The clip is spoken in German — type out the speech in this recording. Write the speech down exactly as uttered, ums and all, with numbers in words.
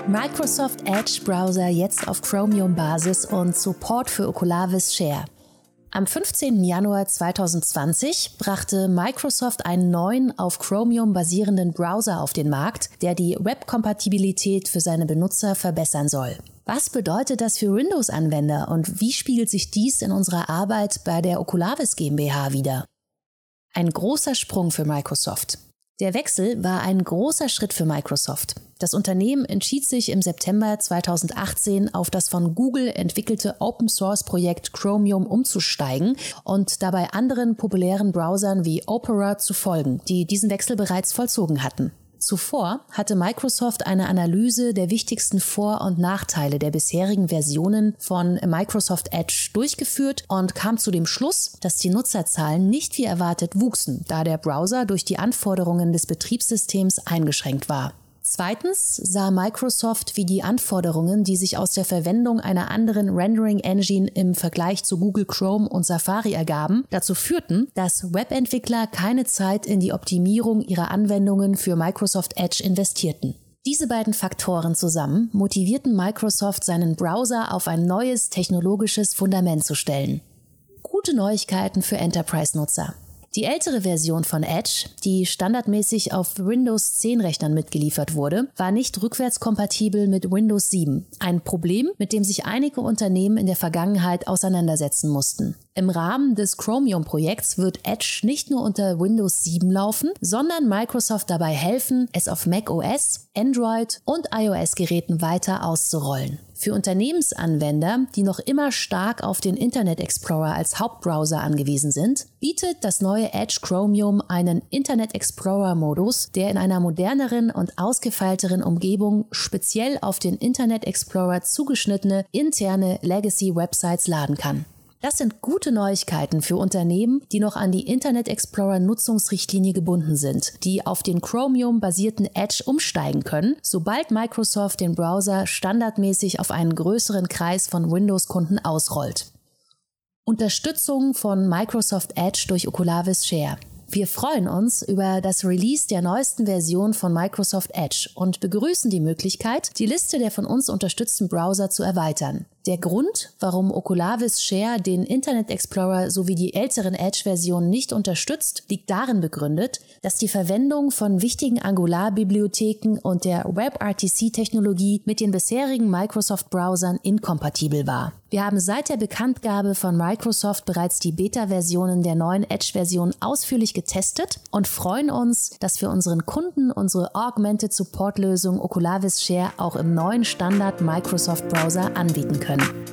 Microsoft Edge Browser jetzt auf Chromium-Basis und Support für Oculavis Share. Am fünfzehnten Januar zweitausendzwanzig brachte Microsoft einen neuen auf Chromium basierenden Browser auf den Markt, der die Webkompatibilität für seine Benutzer verbessern soll. Was bedeutet das für Windows-Anwender und wie spiegelt sich dies in unserer Arbeit bei der Oculavis GmbH wider? Ein großer Sprung für Microsoft. Der Wechsel war ein großer Schritt für Microsoft. Das Unternehmen entschied sich im September zweitausendachtzehn auf das von Google entwickelte Open-Source-Projekt Chromium umzusteigen und dabei anderen populären Browsern wie Opera zu folgen, die diesen Wechsel bereits vollzogen hatten. Zuvor hatte Microsoft eine Analyse der wichtigsten Vor- und Nachteile der bisherigen Versionen von Microsoft Edge durchgeführt und kam zu dem Schluss, dass die Nutzerzahlen nicht wie erwartet wuchsen, da der Browser durch die Anforderungen des Betriebssystems eingeschränkt war. Zweitens sah Microsoft, wie die Anforderungen, die sich aus der Verwendung einer anderen Rendering-Engine im Vergleich zu Google Chrome und Safari ergaben, dazu führten, dass Webentwickler keine Zeit in die Optimierung ihrer Anwendungen für Microsoft Edge investierten. Diese beiden Faktoren zusammen motivierten Microsoft, seinen Browser auf ein neues technologisches Fundament zu stellen. Gute Neuigkeiten für Enterprise-Nutzer. Die ältere Version von Edge, die standardmäßig auf Windows zehn Rechnern mitgeliefert wurde, war nicht rückwärtskompatibel mit Windows sieben. Ein Problem, mit dem sich einige Unternehmen in der Vergangenheit auseinandersetzen mussten. Im Rahmen des Chromium-Projekts wird Edge nicht nur unter Windows sieben laufen, sondern Microsoft dabei helfen, es auf macOS, Android und iOS-Geräten weiter auszurollen. Für Unternehmensanwender, die noch immer stark auf den Internet Explorer als Hauptbrowser angewiesen sind, bietet das neue Edge Chromium einen Internet Explorer-Modus, der in einer moderneren und ausgefeilteren Umgebung speziell auf den Internet Explorer zugeschnittene interne Legacy-Websites laden kann. Das sind gute Neuigkeiten für Unternehmen, die noch an die Internet Explorer Nutzungsrichtlinie gebunden sind, die auf den Chromium-basierten Edge umsteigen können, sobald Microsoft den Browser standardmäßig auf einen größeren Kreis von Windows-Kunden ausrollt. Unterstützung von Microsoft Edge durch Oculavis Share. Wir freuen uns über das Release der neuesten Version von Microsoft Edge und begrüßen die Möglichkeit, die Liste der von uns unterstützten Browser zu erweitern. Der Grund, warum Oculavis Share den Internet Explorer sowie die älteren Edge-Versionen nicht unterstützt, liegt darin begründet, dass die Verwendung von wichtigen Angular-Bibliotheken und der WebRTC-Technologie mit den bisherigen Microsoft-Browsern inkompatibel war. Wir haben seit der Bekanntgabe von Microsoft bereits die Beta-Versionen der neuen Edge-Version ausführlich getestet und freuen uns, dass wir unseren Kunden unsere Augmented Support-Lösung Oculavis Share auch im neuen Standard Microsoft-Browser anbieten können.